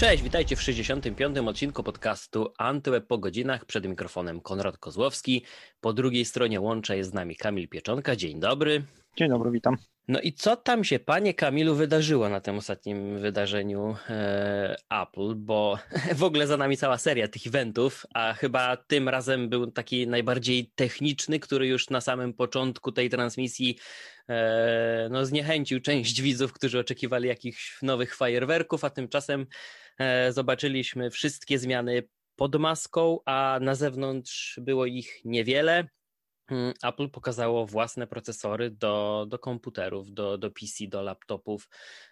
Cześć, witajcie w 65. odcinku podcastu Antyweb po godzinach. Przed mikrofonem Konrad Kozłowski. Po drugiej stronie łącza jest z nami Kamil Pieczonka. Dzień dobry. Dzień dobry, witam. No i co tam się, panie Kamilu, wydarzyło na tym ostatnim wydarzeniu Apple, bo w ogóle za nami cała seria tych eventów, a chyba tym razem był taki najbardziej techniczny, który już na samym początku tej transmisji zniechęcił część widzów, którzy oczekiwali jakichś nowych fajerwerków, a tymczasem zobaczyliśmy wszystkie zmiany pod maską, a na zewnątrz było ich niewiele. Apple pokazało własne procesory do komputerów, do PC, do laptopów.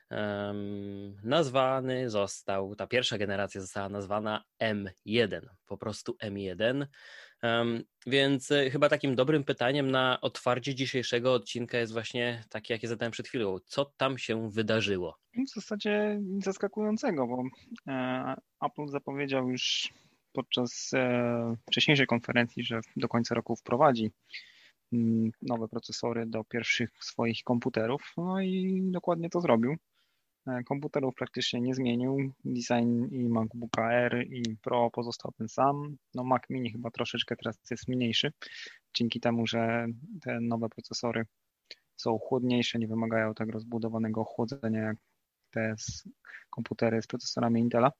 Ta pierwsza generacja została nazwana M1, po prostu M1. Więc chyba takim dobrym pytaniem na otwarcie dzisiejszego odcinka jest właśnie takie, jakie zadałem przed chwilą. Co tam się wydarzyło? W zasadzie nic zaskakującego, bo Apple zapowiedział już podczas wcześniejszej konferencji, że do końca roku wprowadzi nowe procesory do pierwszych swoich komputerów. No i dokładnie to zrobił. Komputerów praktycznie nie zmienił. Design i MacBooka Air i Pro pozostał ten sam. No Mac Mini chyba troszeczkę teraz jest mniejszy, dzięki temu, że te nowe procesory są chłodniejsze, nie wymagają tak rozbudowanego chłodzenia jak te komputery z procesorami Intela.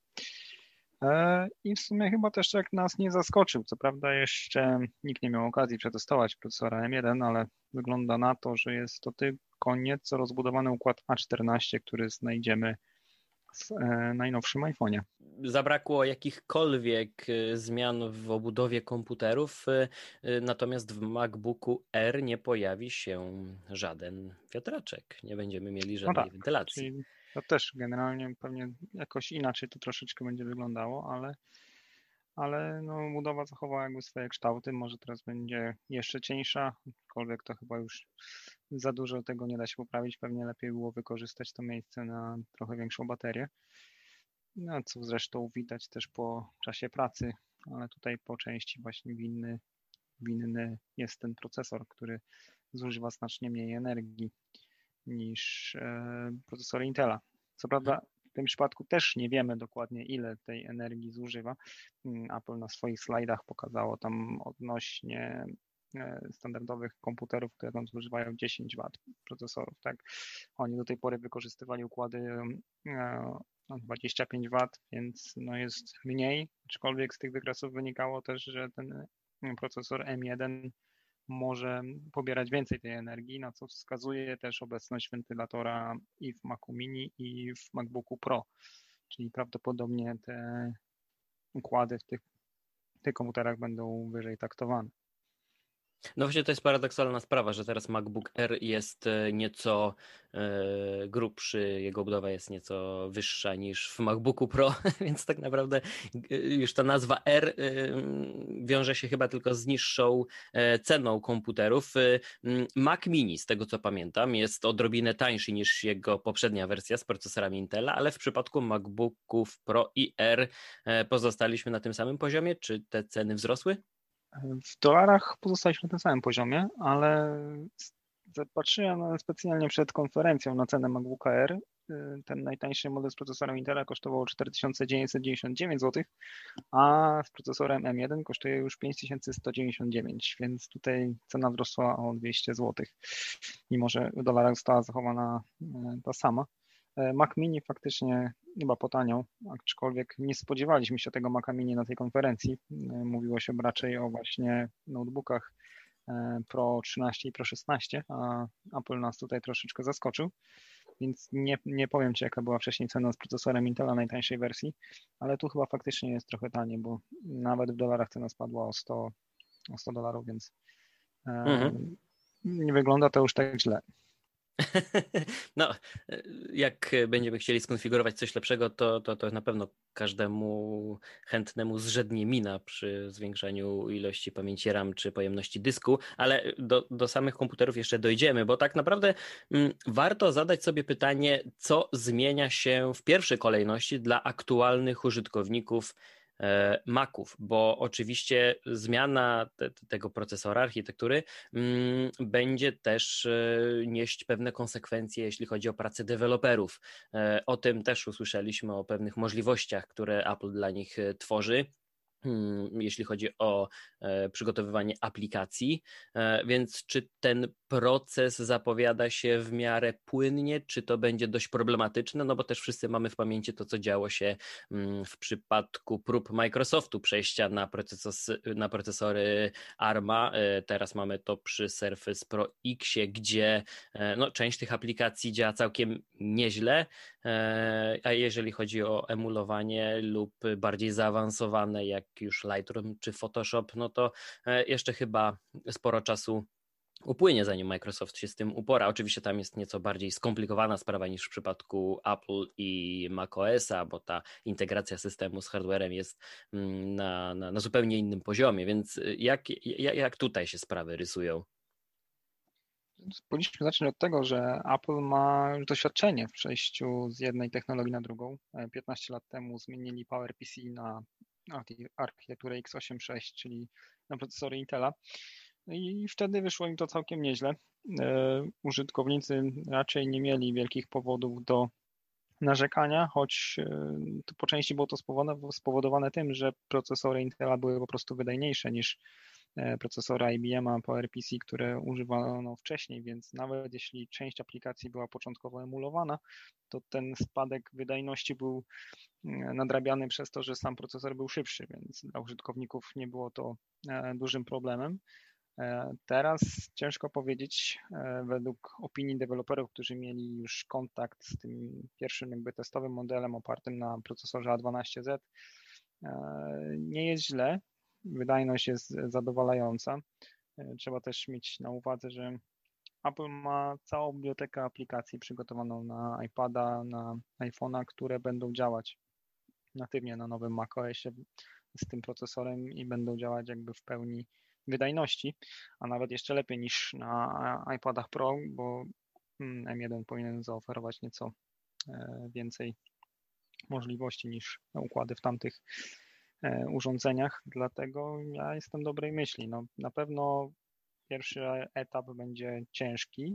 I w sumie chyba też jak nas nie zaskoczył. Co prawda jeszcze nikt nie miał okazji przetestować procesora M1, ale wygląda na to, że jest to tylko nieco rozbudowany układ A14, który znajdziemy w najnowszym iPhone'ie. Zabrakło jakichkolwiek zmian w obudowie komputerów, natomiast w MacBooku Air nie pojawi się żaden wiatraczek. Nie będziemy mieli żadnej wentylacji. Czyli to też generalnie pewnie jakoś inaczej to troszeczkę będzie wyglądało, ale no, budowa zachowała jakby swoje kształty. Może teraz będzie jeszcze cieńsza, aczkolwiek to chyba już za dużo tego nie da się poprawić. Pewnie lepiej było wykorzystać to miejsce na trochę większą baterię. No, co zresztą widać też po czasie pracy, ale tutaj po części właśnie winny jest ten procesor, który zużywa znacznie mniej energii niż procesory Intela. Co prawda w tym przypadku też nie wiemy dokładnie, ile tej energii zużywa. Apple na swoich slajdach pokazało tam odnośnie standardowych komputerów, które tam zużywają 10 W procesorów. Tak? Oni do tej pory wykorzystywali układy 25 W, więc no jest mniej, aczkolwiek z tych wykresów wynikało też, że ten procesor M1 może pobierać więcej tej energii, na co wskazuje też obecność wentylatora i w Macu Mini, i w MacBooku Pro, czyli prawdopodobnie te układy w tych komputerach będą wyżej taktowane. No właśnie to jest paradoksalna sprawa, że teraz MacBook Air jest nieco grubszy, jego budowa jest nieco wyższa niż w MacBooku Pro, więc tak naprawdę już ta nazwa Air wiąże się chyba tylko z niższą ceną komputerów. Mac Mini, z tego co pamiętam, jest odrobinę tańszy niż jego poprzednia wersja z procesorami Intela, ale w przypadku MacBooków Pro i Air pozostaliśmy na tym samym poziomie, czy te ceny wzrosły? W dolarach pozostaliśmy na tym samym poziomie, ale patrzyłem specjalnie przed konferencją na cenę MacBooka Air. Ten najtańszy model z procesorem Intela kosztował 4999 zł, a z procesorem M1 kosztuje już 5199, więc tutaj cena wzrosła o 200 zł, mimo że w dolarach została zachowana ta sama. Mac Mini faktycznie chyba potaniał, aczkolwiek nie spodziewaliśmy się tego Maca Mini na tej konferencji. Mówiło się raczej o właśnie notebookach Pro 13 i Pro 16, a Apple nas tutaj troszeczkę zaskoczył, więc nie powiem Ci, jaka była wcześniej cena z procesorem Intela najtańszej wersji, ale tu chyba faktycznie jest trochę taniej, bo nawet w dolarach cena spadła o 100 dolarów, więc nie wygląda to już tak źle. No, jak będziemy chcieli skonfigurować coś lepszego, to na pewno każdemu chętnemu zrzednie mina przy zwiększaniu ilości pamięci RAM czy pojemności dysku, ale do samych komputerów jeszcze dojdziemy, bo tak naprawdę warto zadać sobie pytanie, co zmienia się w pierwszej kolejności dla aktualnych użytkowników Maców, bo oczywiście zmiana tego procesora, architektury będzie też nieść pewne konsekwencje, jeśli chodzi o pracę deweloperów. O tym też usłyszeliśmy, o pewnych możliwościach, które Apple dla nich tworzy, jeśli chodzi o przygotowywanie aplikacji, więc czy ten proces zapowiada się w miarę płynnie, czy to będzie dość problematyczne, no bo też wszyscy mamy w pamięci to, co działo się w przypadku prób Microsoftu przejścia na procesory ARMA. Teraz mamy to przy Surface Pro X, gdzie no, część tych aplikacji działa całkiem nieźle, a jeżeli chodzi o emulowanie lub bardziej zaawansowane, jak już Lightroom czy Photoshop, no to jeszcze chyba sporo czasu upłynie, zanim Microsoft się z tym upora. Oczywiście tam jest nieco bardziej skomplikowana sprawa niż w przypadku Apple i macOSa, bo ta integracja systemu z hardwarem jest na zupełnie innym poziomie, więc jak tutaj się sprawy rysują? Powinniśmy zacząć od tego, że Apple ma już doświadczenie w przejściu z jednej technologii na drugą. 15 lat temu zmienili PowerPC na architekturę x86, czyli na procesory Intela. I wtedy wyszło im to całkiem nieźle. Użytkownicy raczej nie mieli wielkich powodów do narzekania, choć to po części było to spowodowane tym, że procesory Intela były po prostu wydajniejsze niż procesory IBM-a, PowerPC, które używano wcześniej, więc nawet jeśli część aplikacji była początkowo emulowana, to ten spadek wydajności był nadrabiany przez to, że sam procesor był szybszy, więc dla użytkowników nie było to dużym problemem. Teraz ciężko powiedzieć, według opinii deweloperów, którzy mieli już kontakt z tym pierwszym jakby testowym modelem opartym na procesorze A12Z, nie jest źle, wydajność jest zadowalająca. Trzeba też mieć na uwadze, że Apple ma całą bibliotekę aplikacji przygotowaną na iPada, na iPhone'a, które będą działać natywnie na nowym macOSie z tym procesorem i będą działać jakby w pełni wydajności, a nawet jeszcze lepiej niż na iPadach Pro, bo M1 powinien zaoferować nieco więcej możliwości niż układy w tamtych urządzeniach, dlatego ja jestem dobrej myśli. No, na pewno pierwszy etap będzie ciężki.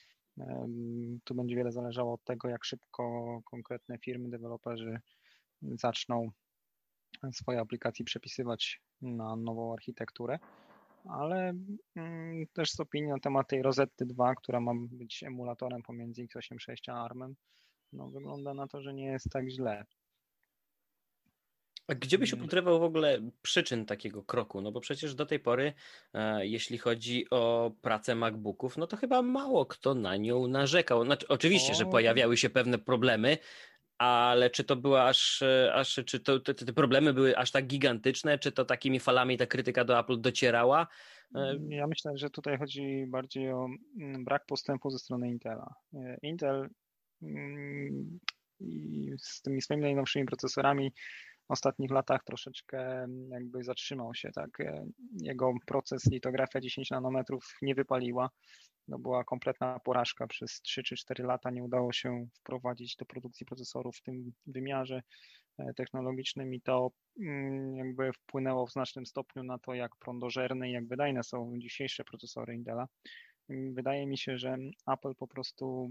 Tu będzie wiele zależało od tego, jak szybko konkretne firmy, deweloperzy zaczną swoje aplikacje przepisywać na nową architekturę, ale też z opinii na temat tej Rosetty 2, która ma być emulatorem pomiędzy x86 a ARM-em, no wygląda na to, że nie jest tak źle. A gdzie byś upatrywał w ogóle przyczyn takiego kroku? No bo przecież do tej pory, jeśli chodzi o pracę MacBooków, no to chyba mało kto na nią narzekał. Znaczy, oczywiście, że pojawiały się pewne problemy, ale czy to była czy te problemy były aż tak gigantyczne, czy to takimi falami ta krytyka do Apple docierała? Ja myślę, że tutaj chodzi bardziej o brak postępu ze strony Intela. Intel z tymi swoimi najnowszymi procesorami w ostatnich latach troszeczkę jakby zatrzymał się, tak. Jego proces litografia 10 nanometrów nie wypaliła. No była kompletna porażka przez 3 czy 4 lata. Nie udało się wprowadzić do produkcji procesorów w tym wymiarze technologicznym i to jakby wpłynęło w znacznym stopniu na to, jak prądożerne i jak wydajne są dzisiejsze procesory Intela. Wydaje mi się, że Apple po prostu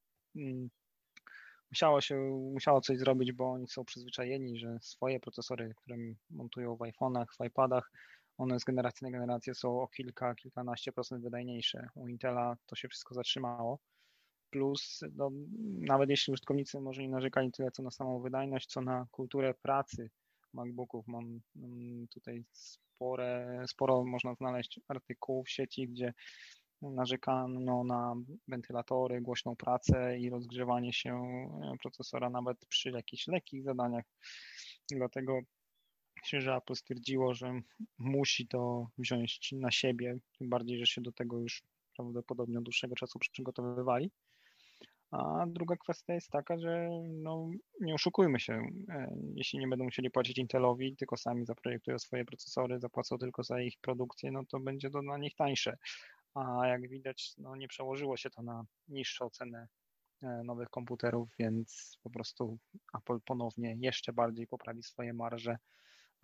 musiało coś zrobić, bo oni są przyzwyczajeni, że swoje procesory, które montują w iPhone'ach, w iPadach, one z generacji na generację są o kilkanaście procent wydajniejsze. U Intela to się wszystko zatrzymało. Plus, no, nawet jeśli użytkownicy może nie narzekali tyle co na samą wydajność, co na kulturę pracy MacBooków. Mam tutaj sporo można znaleźć artykułów w sieci, gdzie narzekano na wentylatory, głośną pracę i rozgrzewanie się procesora nawet przy jakichś lekkich zadaniach. Dlatego myślę, że Apple stwierdziło, że musi to wziąć na siebie, tym bardziej, że się do tego już prawdopodobnie od dłuższego czasu przygotowywali. A druga kwestia jest taka, że no, nie oszukujmy się, jeśli nie będą musieli płacić Intelowi, tylko sami zaprojektują swoje procesory, zapłacą tylko za ich produkcję, no to będzie to dla nich tańsze. A jak widać, no, nie przełożyło się to na niższą cenę nowych komputerów, więc po prostu Apple ponownie jeszcze bardziej poprawi swoje marże,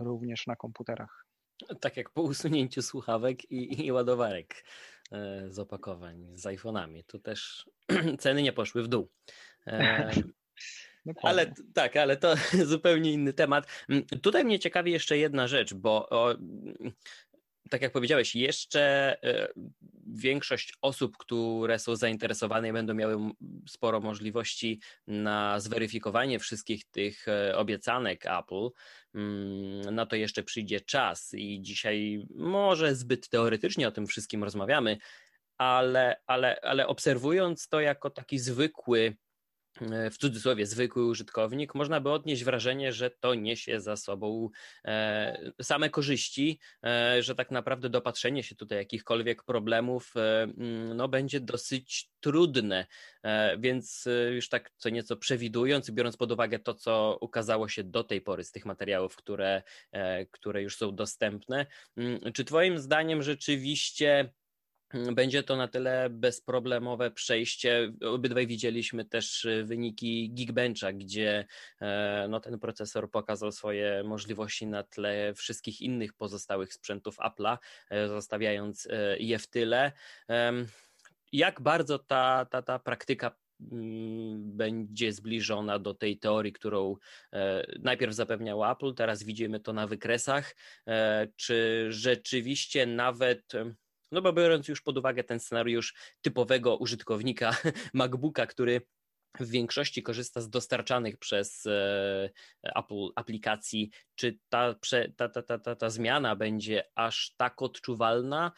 również na komputerach. Tak jak po usunięciu słuchawek i ładowarek z opakowań z iPhone'ami. Tu też ceny nie poszły w dół. Dokładnie. Ale to zupełnie inny temat. Tutaj mnie ciekawi jeszcze jedna rzecz, bo tak jak powiedziałeś, jeszcze większość osób, które są zainteresowane, będą miały sporo możliwości na zweryfikowanie wszystkich tych obiecanek Apple. Na to jeszcze przyjdzie czas i dzisiaj może zbyt teoretycznie o tym wszystkim rozmawiamy, ale obserwując to jako taki zwykły, w cudzysłowie zwykły użytkownik, można by odnieść wrażenie, że to niesie za sobą same korzyści, że tak naprawdę dopatrzenie się tutaj jakichkolwiek problemów no, będzie dosyć trudne, więc już tak co nieco przewidując i biorąc pod uwagę to, co ukazało się do tej pory z tych materiałów, które już są dostępne, czy twoim zdaniem rzeczywiście będzie to na tyle bezproblemowe przejście? Obydwaj widzieliśmy też wyniki Geekbencha, gdzie no, ten procesor pokazał swoje możliwości na tle wszystkich innych pozostałych sprzętów Apple'a, zostawiając je w tyle. Jak bardzo ta praktyka będzie zbliżona do tej teorii, którą najpierw zapewniał Apple, teraz widzimy to na wykresach, czy rzeczywiście nawet... No bo biorąc już pod uwagę ten scenariusz typowego użytkownika MacBooka, który w większości korzysta z dostarczanych przez Apple aplikacji, czy ta zmiana będzie aż tak odczuwalna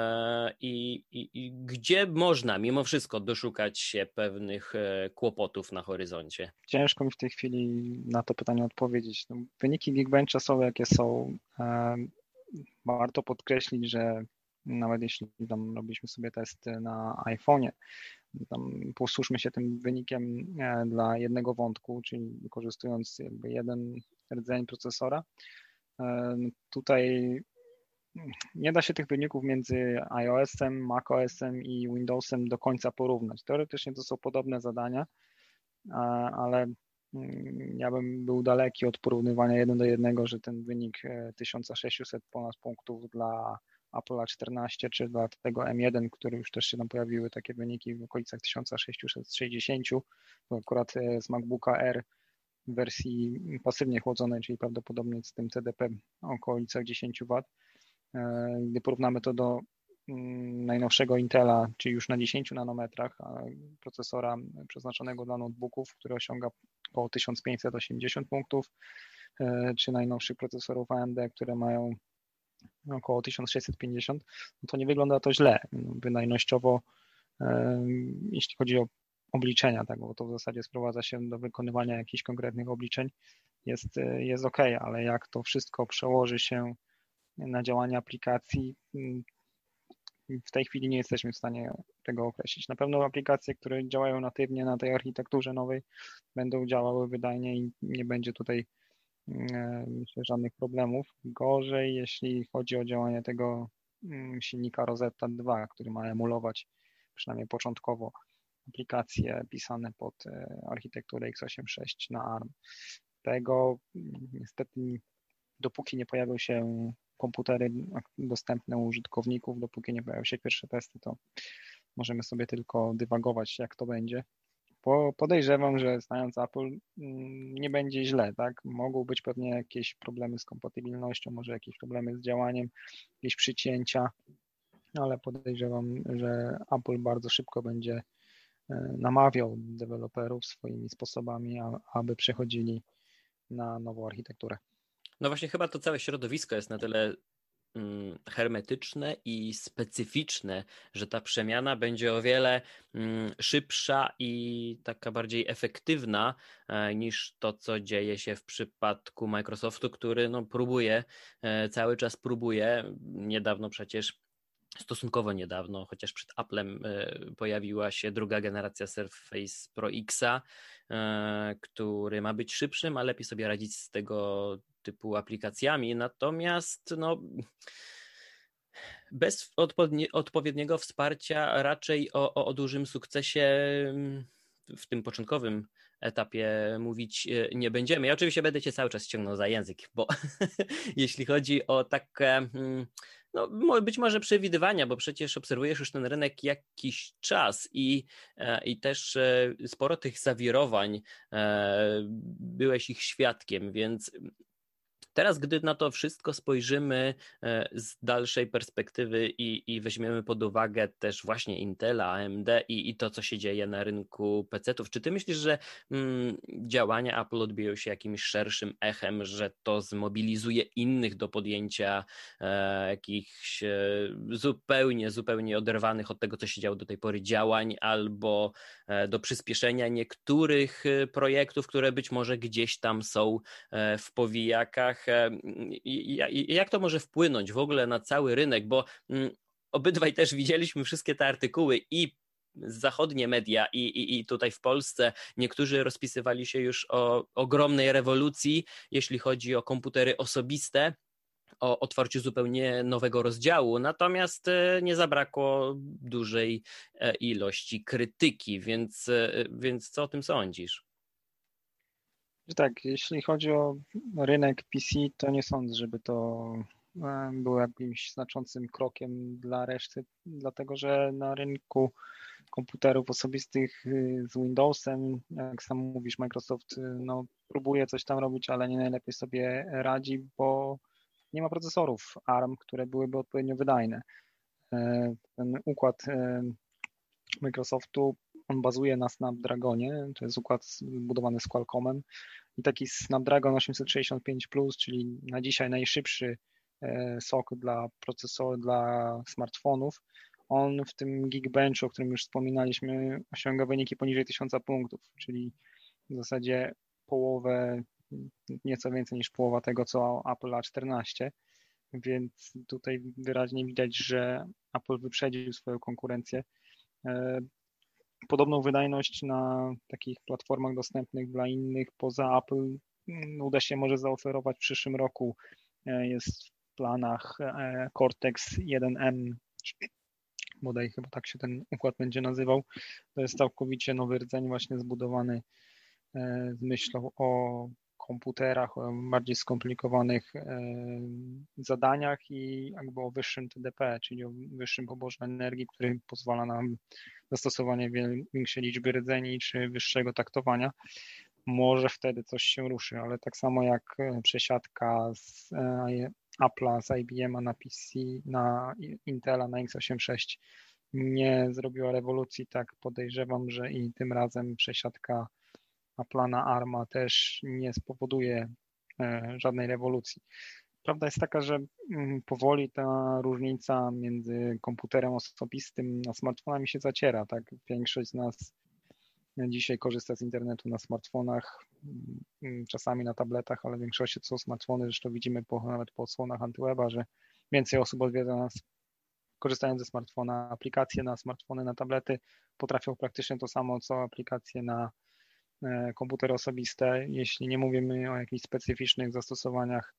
i gdzie można mimo wszystko doszukać się pewnych kłopotów na horyzoncie? Ciężko mi w tej chwili na to pytanie odpowiedzieć. No, wyniki Geekbencha są jakie są. Warto podkreślić, że nawet jeśli tam robiliśmy sobie testy na iPhone'ie, tam posłużmy się tym wynikiem dla jednego wątku, czyli wykorzystując jakby jeden rdzeń procesora. Tutaj nie da się tych wyników między iOS-em, macOS-em i Windowsem do końca porównać. Teoretycznie to są podobne zadania, ale ja bym był daleki od porównywania 1 do 1, że ten wynik 1600 ponad punktów dla Apple'a 14 czy dla tego M1, który już też się tam pojawiły takie wyniki w okolicach 1660, bo akurat z MacBooka Air w wersji pasywnie chłodzonej, czyli prawdopodobnie z tym TDP w okolicach 10 W. Gdy porównamy to do najnowszego Intela, czyli już na 10 nanometrach procesora przeznaczonego dla notebooków, który osiąga około 1580 punktów, czy najnowszych procesorów AMD, które mają około 1650, no to nie wygląda to źle. Wydajnościowo, jeśli chodzi o obliczenia, tak, bo to w zasadzie sprowadza się do wykonywania jakichś konkretnych obliczeń, jest ok, ale jak to wszystko przełoży się na działanie aplikacji, w tej chwili nie jesteśmy w stanie tego określić. Na pewno aplikacje, które działają natywnie na tej architekturze nowej, będą działały wydajnie i nie będzie tutaj, myślę, żadnych problemów. Gorzej, jeśli chodzi o działanie tego silnika Rosetta 2, który ma emulować przynajmniej początkowo aplikacje pisane pod architekturę x86 na ARM. Tego niestety, dopóki nie pojawią się komputery dostępne u użytkowników, dopóki nie pojawią się pierwsze testy, to możemy sobie tylko dywagować, jak to będzie. Podejrzewam, że znając Apple, nie będzie źle, tak? Mogą być pewnie jakieś problemy z kompatybilnością, może jakieś problemy z działaniem, jakieś przycięcia, ale podejrzewam, że Apple bardzo szybko będzie namawiał deweloperów swoimi sposobami, aby przechodzili na nową architekturę. No właśnie chyba to całe środowisko jest na tyle hermetyczne i specyficzne, że ta przemiana będzie o wiele szybsza i taka bardziej efektywna niż to, co dzieje się w przypadku Microsoftu, który no, cały czas próbuje. Niedawno przecież, stosunkowo niedawno, chociaż przed Applem pojawiła się druga generacja Surface Pro X'a, który ma być szybszym, a lepiej sobie radzić z tego typu aplikacjami, natomiast no, bez odpowiedniego wsparcia raczej o dużym sukcesie w tym początkowym etapie mówić nie będziemy. Ja oczywiście będę cię cały czas ciągnął za język, bo jeśli chodzi o takie, no być może przewidywania, bo przecież obserwujesz już ten rynek jakiś czas i też sporo tych zawirowań byłeś ich świadkiem, więc teraz, gdy na to wszystko spojrzymy z dalszej perspektywy i weźmiemy pod uwagę też właśnie Intela, AMD i to, co się dzieje na rynku PC-ów, czy ty myślisz, że działania Apple odbiją się jakimś szerszym echem, że to zmobilizuje innych do podjęcia jakichś zupełnie oderwanych od tego, co się działo do tej pory działań, albo do przyspieszenia niektórych projektów, które być może gdzieś tam są w powijakach? Jak to może wpłynąć w ogóle na cały rynek, bo obydwaj też widzieliśmy wszystkie te artykuły i zachodnie media i tutaj w Polsce niektórzy rozpisywali się już o ogromnej rewolucji, jeśli chodzi o komputery osobiste, o otwarciu zupełnie nowego rozdziału, natomiast nie zabrakło dużej ilości krytyki, więc co o tym sądzisz? Tak, jeśli chodzi o rynek PC, to nie sądzę, żeby to było jakimś znaczącym krokiem dla reszty, dlatego że na rynku komputerów osobistych z Windowsem, jak sam mówisz, Microsoft no, próbuje coś tam robić, ale nie najlepiej sobie radzi, bo nie ma procesorów ARM, które byłyby odpowiednio wydajne. Ten układ Microsoftu, on bazuje na Snapdragonie, to jest układ zbudowany z Qualcommem i taki Snapdragon 865 Plus, czyli na dzisiaj najszybszy SoC dla procesoru, dla smartfonów, on w tym Geekbenchu, o którym już wspominaliśmy, osiąga wyniki poniżej 1000 punktów, czyli w zasadzie połowę, nieco więcej niż połowa tego, co Apple A14, więc tutaj wyraźnie widać, że Apple wyprzedził swoją konkurencję. Podobną wydajność na takich platformach dostępnych dla innych poza Apple uda się może zaoferować w przyszłym roku. Jest w planach Cortex 1M, bodaj chyba tak się ten układ będzie nazywał. To jest całkowicie nowy rdzeń właśnie zbudowany z myślą o komputerach, o bardziej skomplikowanych zadaniach i jakby o wyższym TDP, czyli o wyższym poborze energii, który pozwala nam zastosowanie większej liczby rdzeni czy wyższego taktowania. Może wtedy coś się ruszy, ale tak samo jak przesiadka z Apple'a, z IBM-a na PC, na Intela, na x86 nie zrobiła rewolucji, tak podejrzewam, że i tym razem przesiadka Apple'a na ARMA też nie spowoduje żadnej rewolucji. Prawda jest taka, że powoli ta różnica między komputerem osobistym a smartfonami się zaciera. Tak? Większość z nas dzisiaj korzysta z internetu na smartfonach, czasami na tabletach, ale w większości to są smartfony. Zresztą widzimy nawet po odsłonach antyweba, że więcej osób odwiedza nas korzystając ze smartfona. Aplikacje na smartfony, na tablety potrafią praktycznie to samo, co aplikacje na komputery osobiste. Jeśli nie mówimy o jakichś specyficznych zastosowaniach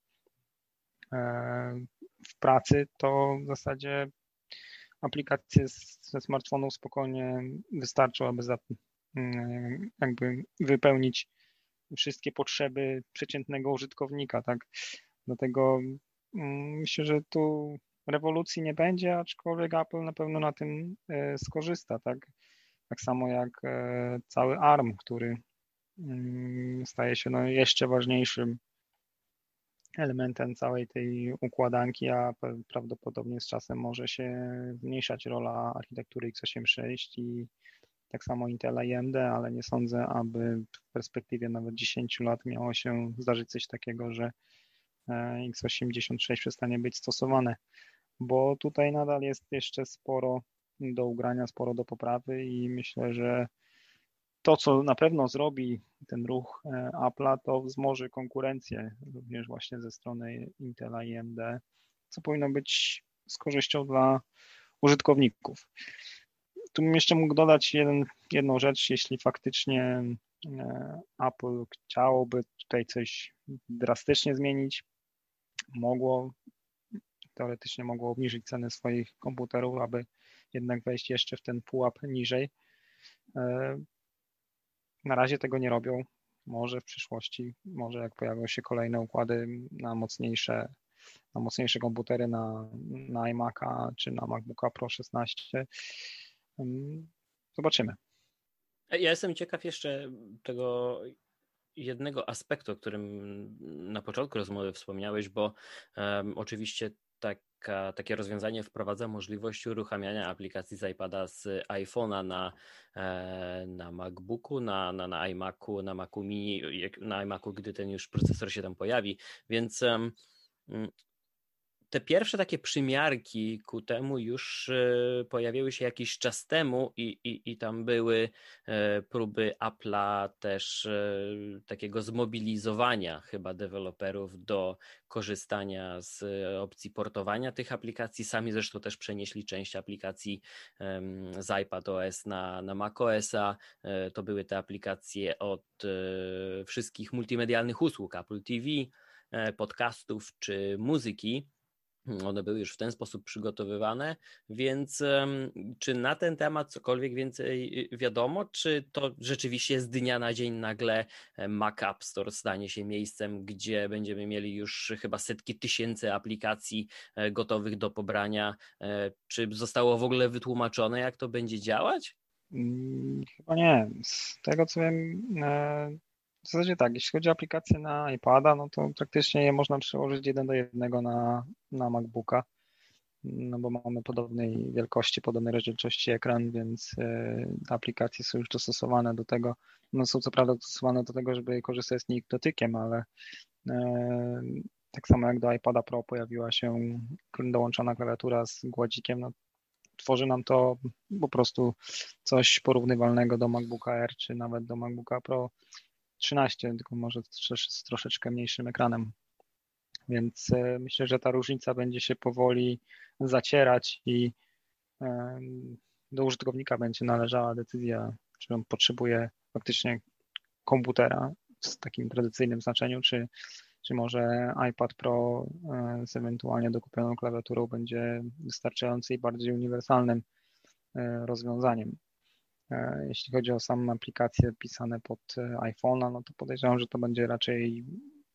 w pracy, to w zasadzie aplikacje ze smartfonów spokojnie wystarczą, aby jakby wypełnić wszystkie potrzeby przeciętnego użytkownika, tak? Dlatego myślę, że tu rewolucji nie będzie, aczkolwiek Apple na pewno na tym skorzysta, tak? Tak samo jak cały ARM, który staje się no jeszcze ważniejszym elementem całej tej układanki, a prawdopodobnie z czasem może się zmniejszać rola architektury x86 i tak samo Intela i AMD, ale nie sądzę, aby w perspektywie nawet 10 lat miało się zdarzyć coś takiego, że x86 przestanie być stosowane, bo tutaj nadal jest jeszcze sporo do ugrania, sporo do poprawy i myślę, że to, co na pewno zrobi ten ruch Apple'a, to wzmoży konkurencję również właśnie ze strony Intela i AMD, co powinno być z korzyścią dla użytkowników. Tu bym jeszcze mógł dodać jedną rzecz, jeśli faktycznie Apple chciałoby tutaj coś drastycznie zmienić, teoretycznie mogło obniżyć ceny swoich komputerów, aby jednak wejść jeszcze w ten pułap niżej. Na razie tego nie robią. Może w przyszłości, może jak pojawią się kolejne układy na mocniejsze komputery, na iMac'a czy na MacBooka Pro 16. Zobaczymy. Ja jestem ciekaw jeszcze tego jednego aspektu, o którym na początku rozmowy wspomniałeś, bo oczywiście takie rozwiązanie wprowadza możliwość uruchamiania aplikacji z iPada z iPhone'a na MacBooku, na iMacu, na Macu Mini, na iMacu, gdy ten już procesor się tam pojawi, więc te pierwsze takie przymiarki ku temu już pojawiły się jakiś czas temu i tam były próby Apple'a też takiego zmobilizowania chyba deweloperów do korzystania z opcji portowania tych aplikacji. Sami zresztą też przenieśli część aplikacji z iPadOS na macOS'a. To były te aplikacje od wszystkich multimedialnych usług Apple TV, podcastów czy muzyki. One były już w ten sposób przygotowywane, więc czy na ten temat cokolwiek więcej wiadomo, czy to rzeczywiście z dnia na dzień nagle Mac App Store stanie się miejscem, gdzie będziemy mieli już chyba setki tysięcy aplikacji gotowych do pobrania? Czy zostało w ogóle wytłumaczone, jak to będzie działać? Chyba nie. Z tego co wiem, w zasadzie tak, jeśli chodzi o aplikacje na iPada, no to praktycznie je można przełożyć 1:1 na MacBooka, no bo mamy podobnej wielkości, podobnej rozdzielczości ekran, więc te aplikacje są już dostosowane do tego, no są co prawda dostosowane do tego, żeby korzystać z nich dotykiem, ale tak samo jak do iPada Pro pojawiła się dołączona klawiatura z gładzikiem, no tworzy nam to po prostu coś porównywalnego do MacBooka Air, czy nawet do MacBooka Pro 13, tylko może z troszeczkę mniejszym ekranem. Więc myślę, że ta różnica będzie się powoli zacierać i do użytkownika będzie należała decyzja, czy on potrzebuje faktycznie komputera w takim tradycyjnym znaczeniu, czy może iPad Pro z ewentualnie dokupioną klawiaturą będzie wystarczający i bardziej uniwersalnym rozwiązaniem. Jeśli chodzi o same aplikacje pisane pod iPhone'a, no to podejrzewam, że to będzie raczej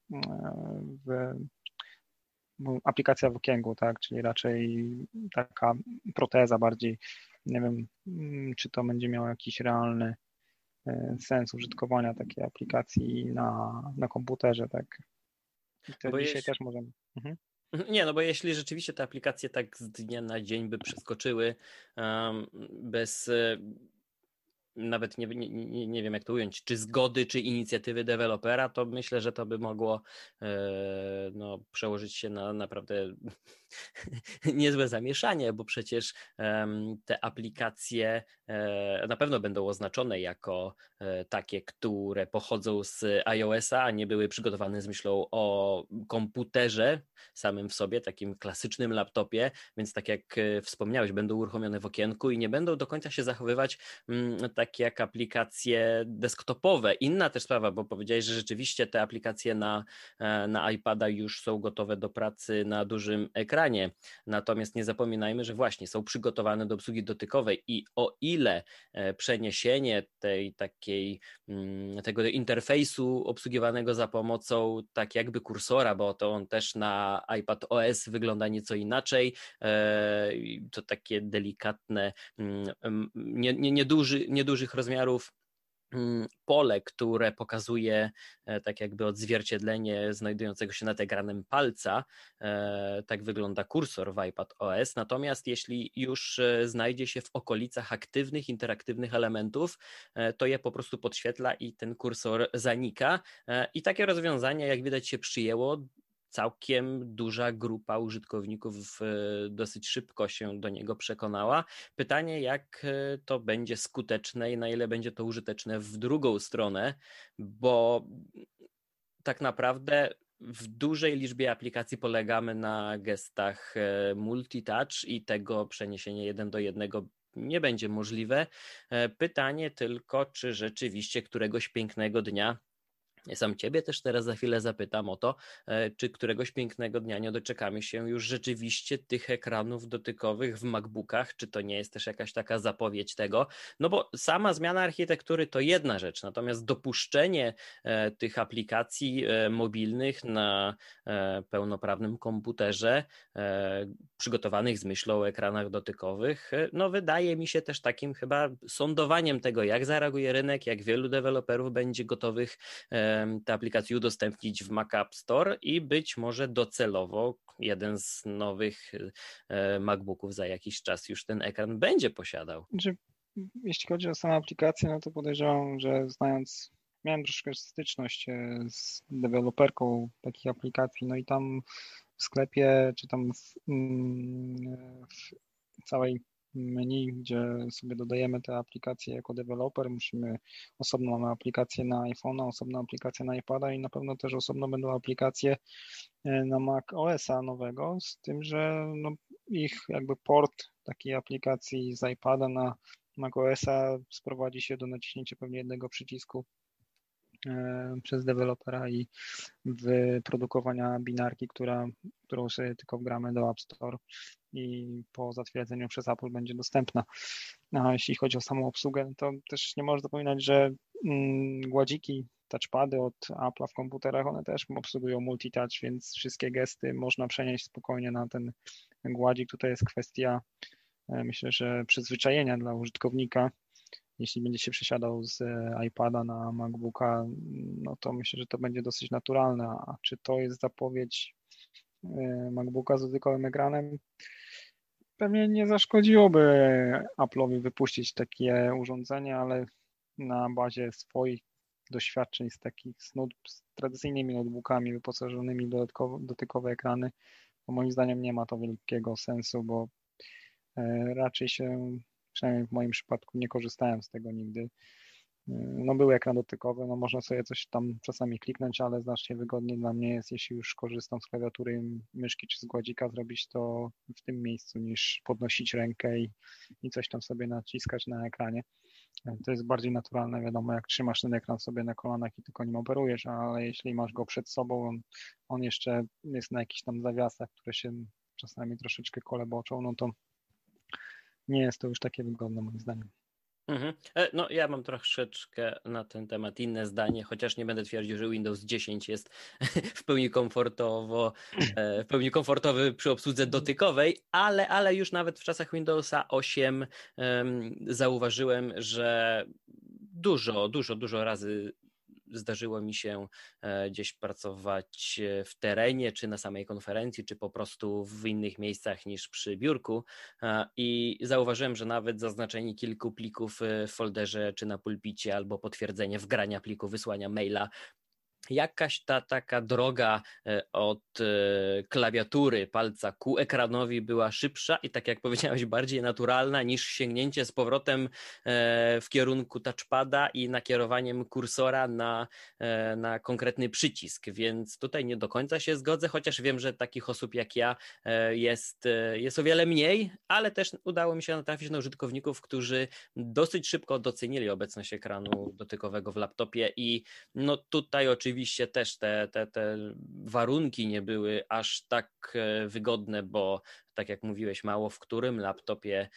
aplikacja w okienku, tak, czyli raczej taka proteza bardziej. Nie wiem, czy to będzie miało jakiś realny sens użytkowania takiej aplikacji na komputerze, tak. I to Bo dzisiaj też możemy. Mhm. Nie, no bo jeśli rzeczywiście te aplikacje tak z dnia na dzień by przeskoczyły bez nawet nie wiem jak to ująć, czy zgody, czy inicjatywy dewelopera, to myślę, że to by mogło no, przełożyć się na naprawdę niezłe zamieszanie, bo przecież te aplikacje na pewno będą oznaczone jako takie, które pochodzą z iOS-a, a nie były przygotowane z myślą o komputerze samym w sobie, takim klasycznym laptopie, więc tak jak wspomniałeś, będą uruchomione w okienku i nie będą do końca się zachowywać tak jak aplikacje desktopowe. Inna też sprawa, bo powiedziałeś, że rzeczywiście te aplikacje na iPada już są gotowe do pracy na dużym ekranie. Natomiast nie zapominajmy, że właśnie są przygotowane do obsługi dotykowej i o ile przeniesienie tego interfejsu obsługiwanego za pomocą tak jakby kursora, bo to on też na iPad OS wygląda nieco inaczej, to takie delikatne, niedużych rozmiarów pole, które pokazuje tak jakby odzwierciedlenie znajdującego się nad ekranem palca. Tak wygląda kursor w iPad OS. Natomiast jeśli już znajdzie się w okolicach aktywnych, interaktywnych elementów, to je po prostu podświetla i ten kursor zanika. I takie rozwiązanie, jak widać, się przyjęło. Całkiem duża grupa użytkowników dosyć szybko się do niego przekonała. Pytanie, jak to będzie skuteczne i na ile będzie to użyteczne w drugą stronę, bo tak naprawdę w dużej liczbie aplikacji polegamy na gestach multitouch i tego przeniesienia 1:1 nie będzie możliwe. Pytanie tylko, czy rzeczywiście któregoś pięknego dnia Sam ciebie też teraz za chwilę zapytam o to, czy któregoś pięknego dnia nie doczekamy się już rzeczywiście tych ekranów dotykowych w MacBookach, czy to nie jest też jakaś taka zapowiedź tego, no bo sama zmiana architektury to jedna rzecz, natomiast dopuszczenie tych aplikacji mobilnych na pełnoprawnym komputerze, przygotowanych z myślą o ekranach dotykowych, no wydaje mi się też takim chyba sądowaniem tego, jak zareaguje rynek, jak wielu deweloperów będzie gotowych te aplikacje udostępnić w Mac App Store i być może docelowo jeden z nowych MacBooków za jakiś czas już ten ekran będzie posiadał. Znaczy, jeśli chodzi o samą aplikację, no to podejrzewam, że miałem troszkę styczność z deweloperką takich aplikacji, no i tam w sklepie, czy tam w całej menu, gdzie sobie dodajemy te aplikacje jako deweloper, osobno mamy aplikację na iPhone'a, osobną aplikację na iPada i na pewno też osobno będą aplikacje na Mac OS-a nowego, z tym, że no, ich jakby port takiej aplikacji z iPada na Mac OS-a sprowadzi się do naciśnięcia pewnie jednego przycisku przez dewelopera i wyprodukowania binarki, którą sobie tylko wgramy do App Store i po zatwierdzeniu przez Apple będzie dostępna. A jeśli chodzi o samą obsługę, to też nie można zapominać, że gładziki, touchpady od Apple'a w komputerach, one też obsługują multitouch, więc wszystkie gesty można przenieść spokojnie na ten gładzik. Tutaj jest kwestia, myślę, że przyzwyczajenia dla użytkownika. Jeśli będzie się przesiadał z iPada na MacBooka, no to myślę, że to będzie dosyć naturalne. A czy to jest zapowiedź MacBooka z dotykowym ekranem? Pewnie nie zaszkodziłoby Apple'owi wypuścić takie urządzenie, ale na bazie swoich doświadczeń z tradycyjnymi notebookami wyposażonymi w dotykowe ekrany, bo moim zdaniem nie ma to wielkiego sensu, bo raczej się, przynajmniej w moim przypadku, nie korzystałem z tego nigdy. No był ekran dotykowy, no można sobie coś tam czasami kliknąć, ale znacznie wygodniej dla mnie jest, jeśli już korzystam z klawiatury, myszki czy z gładzika, zrobić to w tym miejscu, niż podnosić rękę i coś tam sobie naciskać na ekranie. To jest bardziej naturalne, wiadomo, jak trzymasz ten ekran sobie na kolanach i tylko nim operujesz, ale jeśli masz go przed sobą, on jeszcze jest na jakichś tam zawiasach, które się czasami troszeczkę koleboczą, no to nie jest to już takie wygodne moim zdaniem. Mhm. No, ja mam troszeczkę na ten temat inne zdanie, chociaż nie będę twierdził, że Windows 10 jest w pełni komfortowy przy obsłudze dotykowej, ale już nawet w czasach Windowsa 8 zauważyłem, że dużo razy zdarzyło mi się gdzieś pracować w terenie, czy na samej konferencji, czy po prostu w innych miejscach niż przy biurku i zauważyłem, że nawet zaznaczenie kilku plików w folderze, czy na pulpicie, albo potwierdzenie wgrania pliku, wysłania maila, jakaś ta taka droga od klawiatury palca ku ekranowi była szybsza i tak jak powiedziałeś, bardziej naturalna niż sięgnięcie z powrotem w kierunku touchpada i nakierowaniem kursora na konkretny przycisk, więc tutaj nie do końca się zgodzę, chociaż wiem, że takich osób jak ja jest o wiele mniej, ale też udało mi się natrafić na użytkowników, którzy dosyć szybko docenili obecność ekranu dotykowego w laptopie i no tutaj oczywiście też te warunki nie były aż tak wygodne, bo tak jak mówiłeś, mało w którym laptopie,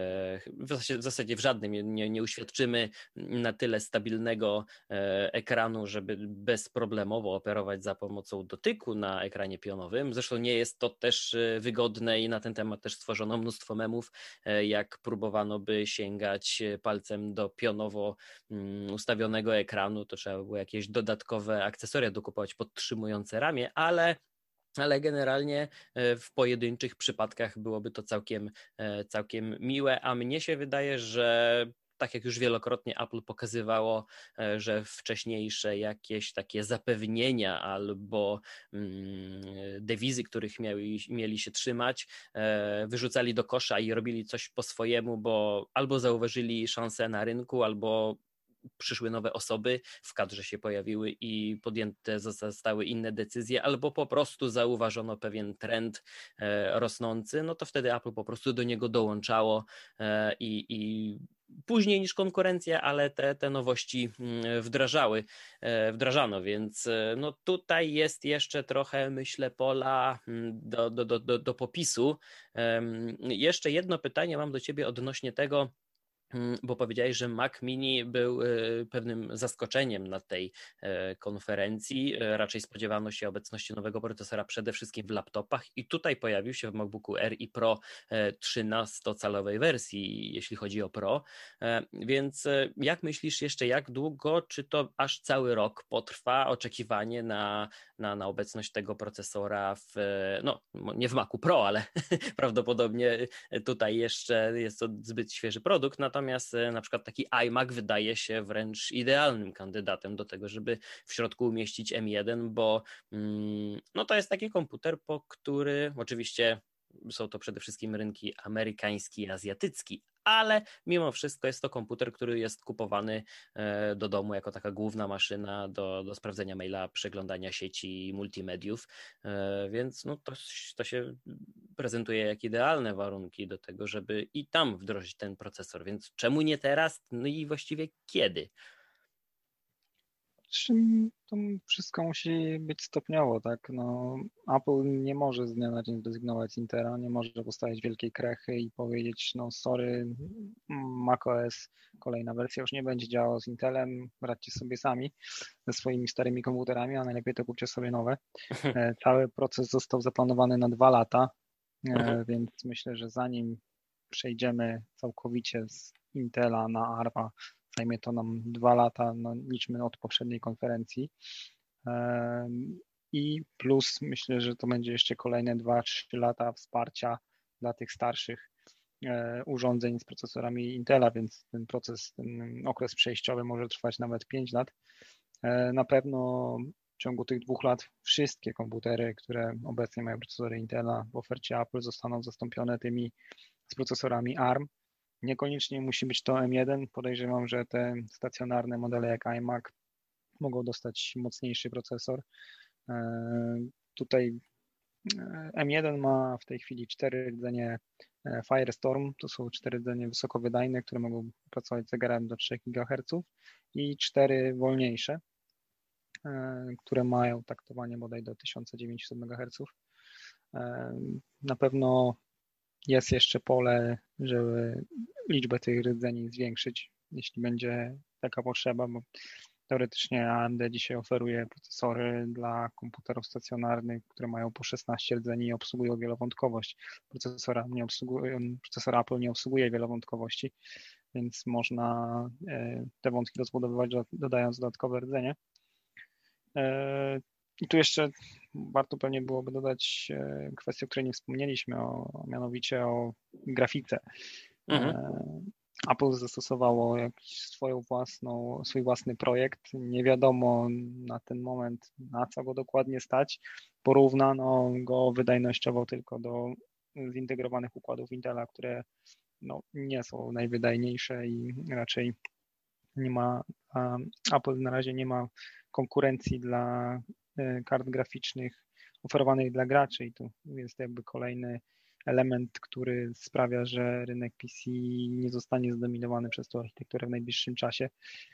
w zasadzie w żadnym nie uświadczymy na tyle stabilnego ekranu, żeby bezproblemowo operować za pomocą dotyku na ekranie pionowym. Zresztą nie jest to też wygodne i na ten temat też stworzono mnóstwo memów, jak próbowano by sięgać palcem do pionowo ustawionego ekranu, to trzeba było jakieś dodatkowe akcesoria dokupować podtrzymujące ramię, ale generalnie w pojedynczych przypadkach byłoby to całkiem miłe, a mnie się wydaje, że tak jak już wielokrotnie Apple pokazywało, że wcześniejsze jakieś takie zapewnienia albo dewizy, których mieli się trzymać, wyrzucali do kosza i robili coś po swojemu, bo albo zauważyli szansę na rynku, albo przyszły nowe osoby, w kadrze się pojawiły i podjęte zostały inne decyzje, albo po prostu zauważono pewien trend rosnący, no to wtedy Apple po prostu do niego dołączało i później niż konkurencja, ale te nowości wdrażano, więc no tutaj jest jeszcze trochę, myślę, pola do popisu. Jeszcze jedno pytanie mam do ciebie odnośnie tego, bo powiedziałeś, że Mac Mini był pewnym zaskoczeniem na tej konferencji. Raczej spodziewano się obecności nowego procesora przede wszystkim w laptopach i tutaj pojawił się w MacBooku Air i Pro 13-calowej wersji, jeśli chodzi o Pro. Więc jak myślisz jeszcze, jak długo, czy to aż cały rok potrwa oczekiwanie na obecność tego procesora no nie w Macu Pro, ale prawdopodobnie tutaj jeszcze jest to zbyt świeży produkt, natomiast na przykład taki iMac wydaje się wręcz idealnym kandydatem do tego, żeby w środku umieścić M1, bo no to jest taki komputer, po który oczywiście są to przede wszystkim rynki amerykański i azjatycki, ale mimo wszystko jest to komputer, który jest kupowany do domu jako taka główna maszyna do sprawdzenia maila, przeglądania sieci, multimediów, więc no to się prezentuje jak idealne warunki do tego, żeby i tam wdrożyć ten procesor, więc czemu nie teraz, no i właściwie kiedy? To wszystko musi być stopniowo, tak? No, Apple nie może z dnia na dzień zrezygnować z Intela, nie może postawić wielkiej krechy i powiedzieć, no sorry, macOS, kolejna wersja już nie będzie działała z Intelem, radźcie sobie sami ze swoimi starymi komputerami, a najlepiej to kupcie sobie nowe. Cały proces został zaplanowany na 2 lata, więc myślę, że zanim przejdziemy całkowicie z Intela na ARMA, zajmie to nam 2 lata, no liczmy od poprzedniej konferencji. I plus myślę, że to będzie jeszcze kolejne 2-3 lata wsparcia dla tych starszych urządzeń z procesorami Intela, więc ten proces, ten okres przejściowy może trwać nawet 5 lat. Na pewno w ciągu tych 2 lat wszystkie komputery, które obecnie mają procesory Intela w ofercie Apple, zostaną zastąpione tymi z procesorami ARM. Niekoniecznie musi być to M1. Podejrzewam, że te stacjonarne modele jak iMac mogą dostać mocniejszy procesor. Tutaj M1 ma w tej chwili 4 rdzenie Firestorm, to są 4 rdzenie wysokowydajne, które mogą pracować z zegarem do 3 GHz i 4 wolniejsze, które mają taktowanie bodaj do 1900 MHz. Na pewno jest jeszcze pole, żeby liczbę tych rdzeni zwiększyć, jeśli będzie taka potrzeba, bo teoretycznie AMD dzisiaj oferuje procesory dla komputerów stacjonarnych, które mają po 16 rdzeni i obsługują wielowątkowość. Procesora Apple nie obsługuje wielowątkowości, więc można te wątki rozbudowywać dodając dodatkowe rdzenie. I tu jeszcze warto pewnie byłoby dodać kwestię, o której nie wspomnieliśmy, mianowicie o grafice. Apple zastosowało swój własny projekt. Nie wiadomo na ten moment, na co go dokładnie stać. Porównano go wydajnościowo tylko do zintegrowanych układów Intela, które no, nie są najwydajniejsze i raczej nie ma, Apple na razie nie ma konkurencji dla kart graficznych oferowanych dla graczy i tu jest jakby kolejny element, który sprawia, że rynek PC nie zostanie zdominowany przez tą architekturę w najbliższym czasie,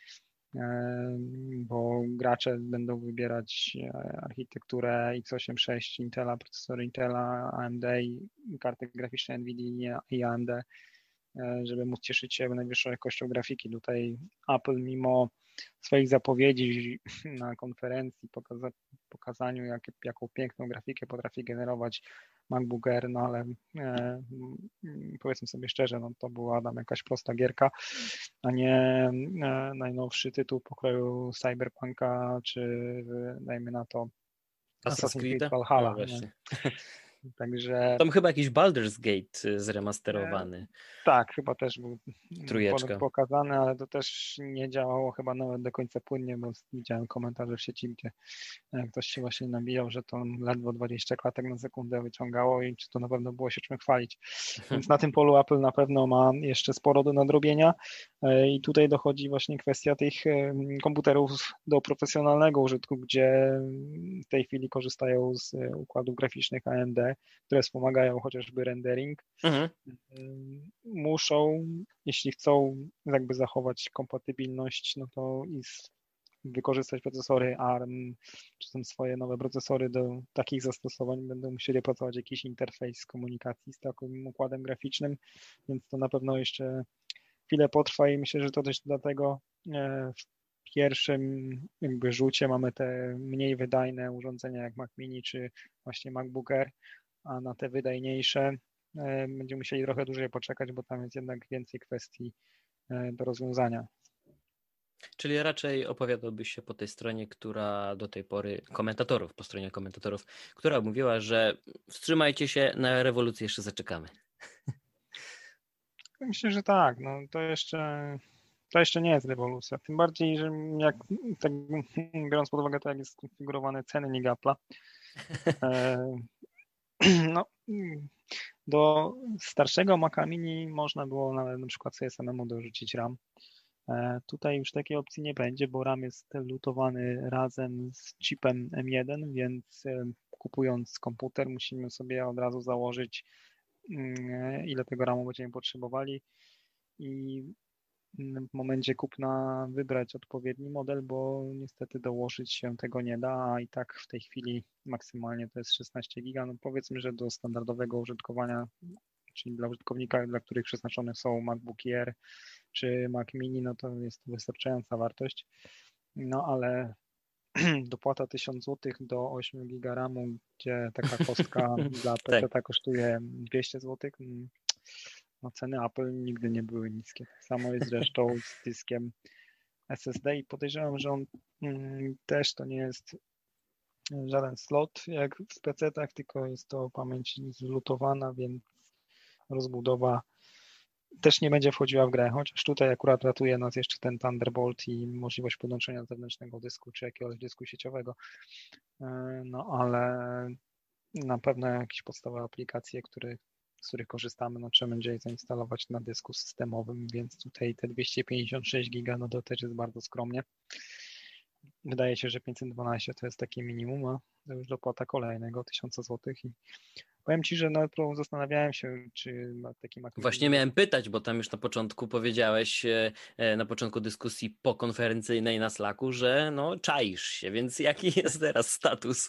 bo gracze będą wybierać architekturę x86 Intela, procesory Intela, AMD i karty graficzne NVIDIA i AMD, żeby móc cieszyć się najwyższą jakością grafiki. Tutaj Apple mimo swoich zapowiedzi na konferencji, pokazaniu jaką piękną grafikę potrafi generować MacBook Air, no ale powiedzmy sobie szczerze, no to była tam jakaś prosta gierka, a nie najnowszy tytuł pokroju Cyberpunka, czy dajmy na to Assassin's Creed Valhalla. Także tam chyba jakiś Baldur's Gate zremasterowany. Tak, chyba też był Trójeczka pokazany, ale to też nie działało chyba nawet do końca płynnie, bo widziałem komentarze w sieci, gdzie ktoś się właśnie nabijał, że to ledwo 20 klatek na sekundę wyciągało i czy to na pewno było się czym chwalić. Więc na tym polu Apple na pewno ma jeszcze sporo do nadrobienia i tutaj dochodzi właśnie kwestia tych komputerów do profesjonalnego użytku, gdzie w tej chwili korzystają z układów graficznych AMD, które wspomagają chociażby rendering, Mhm. muszą, jeśli chcą jakby zachować kompatybilność, no to wykorzystać procesory ARM, czy tam swoje nowe procesory do takich zastosowań, będą musieli opracować jakiś interfejs komunikacji z takim układem graficznym, więc to na pewno jeszcze chwilę potrwa i myślę, że to też dlatego w pierwszym jakby rzucie mamy te mniej wydajne urządzenia jak Mac Mini czy właśnie MacBook Air, a na te wydajniejsze będziemy musieli trochę dłużej poczekać, bo tam jest jednak więcej kwestii do rozwiązania. Czyli raczej opowiadałbyś się po tej stronie, która do tej pory, po stronie komentatorów, która mówiła, że wstrzymajcie się, na rewolucję jeszcze zaczekamy. Myślę, że tak, no to jeszcze nie jest rewolucja. Tym bardziej, że jak tak biorąc pod uwagę to, jak jest skonfigurowane cenik Apple'a, no do starszego Maca Mini można było nawet na przykład sobie samemu dorzucić RAM. Tutaj już takiej opcji nie będzie, bo RAM jest lutowany razem z chipem M1, więc kupując komputer musimy sobie od razu założyć, ile tego RAMu będziemy potrzebowali i w momencie kupna wybrać odpowiedni model, bo niestety dołożyć się tego nie da, a i tak w tej chwili maksymalnie to jest 16 giga. No powiedzmy, że do standardowego użytkowania, czyli dla użytkownika, dla których przeznaczone są MacBooki Air czy Mac Mini, no to jest to wystarczająca wartość. No ale dopłata 1000 zł do 8 giga RAMu, gdzie taka kostka dla Tak. PC kosztuje 200 zł, no ceny Apple nigdy nie były niskie. Tak samo jest zresztą z dyskiem SSD i podejrzewam, że on też to nie jest żaden slot jak w PC-tach, tylko jest to pamięć zlutowana, więc rozbudowa też nie będzie wchodziła w grę, chociaż tutaj akurat ratuje nas jeszcze ten Thunderbolt i możliwość podłączenia zewnętrznego dysku czy jakiegoś dysku sieciowego, no ale na pewno jakieś podstawowe aplikacje, z których korzystamy, no trzeba będzie je zainstalować na dysku systemowym, więc tutaj te 256 giga, no to też jest bardzo skromnie. Wydaje się, że 512 to jest takie minimum, a to już dopłata kolejnego 1000 zł i powiem Ci, że nawet zastanawiałem się, czy na taki Mac Właśnie Mini. miałem pytać, bo tam już na początku powiedziałeś, na początku dyskusji pokonferencyjnej na Slacku, że no czaisz się, więc jaki jest teraz status?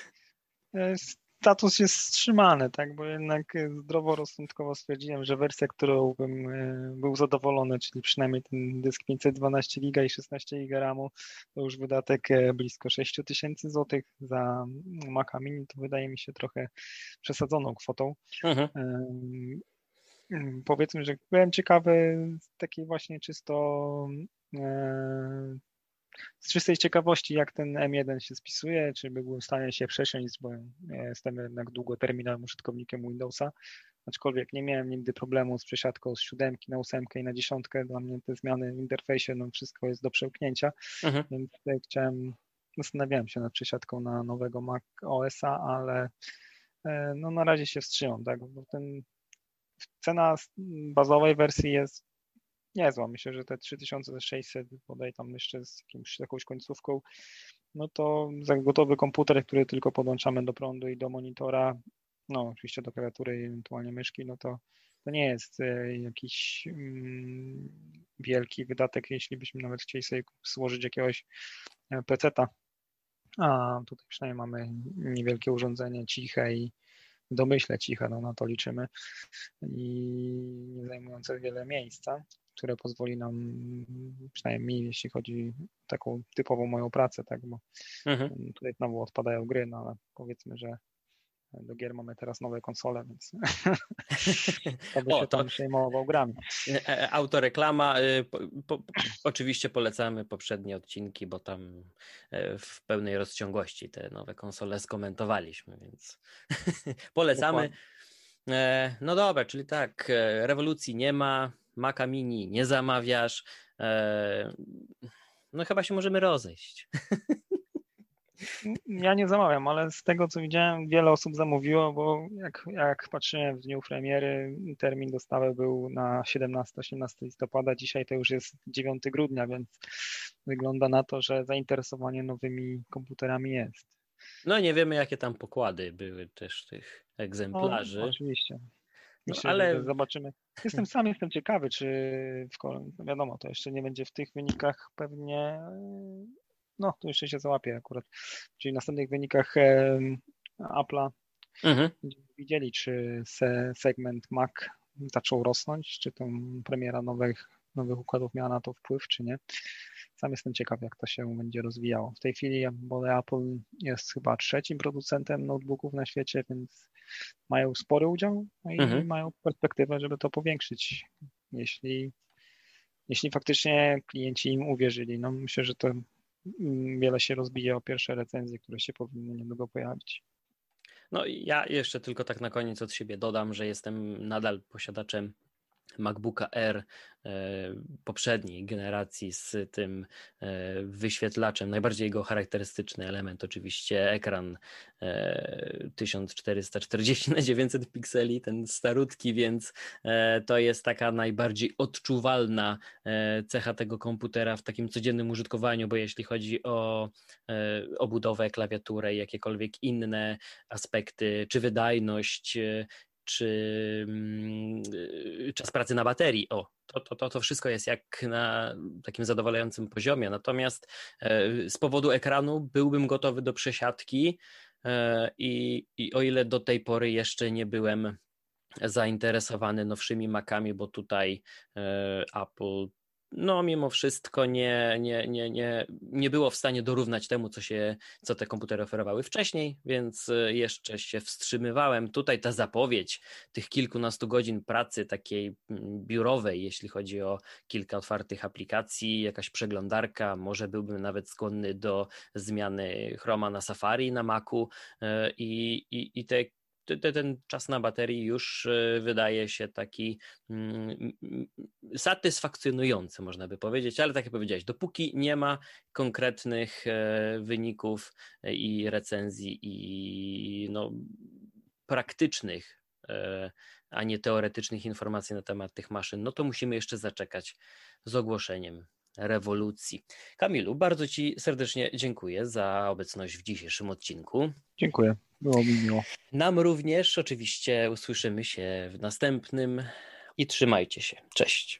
Status jest wstrzymany, tak, bo jednak zdroworozsądkowo stwierdziłem, że wersja, którą bym był zadowolony, czyli przynajmniej ten dysk 512 giga i 16 giga RAMu, to już wydatek blisko 6000 zł. Za Maca Mini to wydaje mi się trochę przesadzoną kwotą. Mhm. Powiedzmy, że byłem ciekawy z takiej właśnie z czystej ciekawości, jak ten M1 się spisuje, czy byłbym w stanie się przesiąść, bo jestem jednak długoterminowym użytkownikiem Windowsa, aczkolwiek nie miałem nigdy problemu z przesiadką z 7 na 8 i na 10. Dla mnie te zmiany w interfejsie, no wszystko jest do przełknięcia, Mhm. więc tutaj zastanawiałem się nad przesiadką na nowego Mac OS-a, ale no na razie się wstrzymam, tak, bo cena bazowej wersji jest niezła. Myślę, że te 3600, bodaj tam jeszcze z jakąś końcówką, no to za gotowy komputer, który tylko podłączamy do prądu i do monitora, no oczywiście do klawiatury i ewentualnie myszki, no to nie jest jakiś wielki wydatek, jeśli byśmy nawet chcieli sobie złożyć jakiegoś PC-ta. A tutaj przynajmniej mamy niewielkie urządzenie, ciche i w domyśle ciche, no na to liczymy i nie zajmujące wiele miejsca, które pozwoli nam, przynajmniej mi, jeśli chodzi o taką typową moją pracę, tak, bo Mhm. tutaj znowu odpadają gry, no ale powiedzmy, że do gier mamy teraz nowe konsole, więc kto by O, się to tam przejmował grami. autoreklama. Oczywiście polecamy poprzednie odcinki, bo tam w pełnej rozciągłości te nowe konsole skomentowaliśmy, więc polecamy. Dokładnie. No dobra, czyli tak, rewolucji nie ma, Maca Mini nie zamawiasz. No chyba się możemy rozejść. Ja nie zamawiam, ale z tego co widziałem, wiele osób zamówiło, bo jak patrzyłem w dniu premiery, termin dostawy był na 17-18 listopada, dzisiaj to już jest 9 grudnia, więc wygląda na to, że zainteresowanie nowymi komputerami jest. No nie wiemy, jakie tam pokłady były też tych No, egzemplarzy. oczywiście. No Myślę, że ale zobaczymy. Jestem ciekawy, czy no wiadomo, to jeszcze nie będzie w tych wynikach pewnie, no to jeszcze się załapie akurat, czyli w następnych wynikach Apple'a mhm. będziemy widzieli, czy segment Mac zaczął rosnąć, czy tą premiera nowych układów miała na to wpływ, czy nie. Sam jestem ciekaw, jak to się będzie rozwijało. W tej chwili, bo Apple jest chyba trzecim producentem notebooków na świecie, więc mają spory udział, no i Mhm. mają perspektywę, żeby to powiększyć, jeśli faktycznie klienci im uwierzyli. No myślę, że to wiele się rozbije o pierwsze recenzje, które się powinny niedługo pojawić. No i ja jeszcze tylko tak na koniec od siebie dodam, że jestem nadal posiadaczem MacBooka Air poprzedniej generacji z tym wyświetlaczem. Najbardziej jego charakterystyczny element oczywiście ekran 1440 na 900 pikseli, ten starutki, więc to jest taka najbardziej odczuwalna cecha tego komputera w takim codziennym użytkowaniu, bo jeśli chodzi o obudowę, klawiaturę i jakiekolwiek inne aspekty, czy wydajność, czy czas pracy na baterii. To wszystko jest jak na takim zadowalającym poziomie. Natomiast z powodu ekranu byłbym gotowy do przesiadki i o ile do tej pory jeszcze nie byłem zainteresowany nowszymi Macami, bo tutaj Apple no mimo wszystko nie było w stanie dorównać temu, co te komputery oferowały wcześniej, więc jeszcze się wstrzymywałem. Tutaj ta zapowiedź tych kilkunastu godzin pracy takiej biurowej, jeśli chodzi o kilka otwartych aplikacji, jakaś przeglądarka, może byłbym nawet skłonny do zmiany Chroma na Safari na Macu i ten czas na baterii już wydaje się taki satysfakcjonujący, można by powiedzieć, ale tak jak powiedziałeś, dopóki nie ma konkretnych wyników i recenzji i no, praktycznych, a nie teoretycznych informacji na temat tych maszyn, no to musimy jeszcze zaczekać z ogłoszeniem rewolucji. Kamilu, bardzo Ci serdecznie dziękuję za obecność w dzisiejszym odcinku. Dziękuję, było mi miło. Nam również, oczywiście usłyszymy się w następnym i trzymajcie się. Cześć.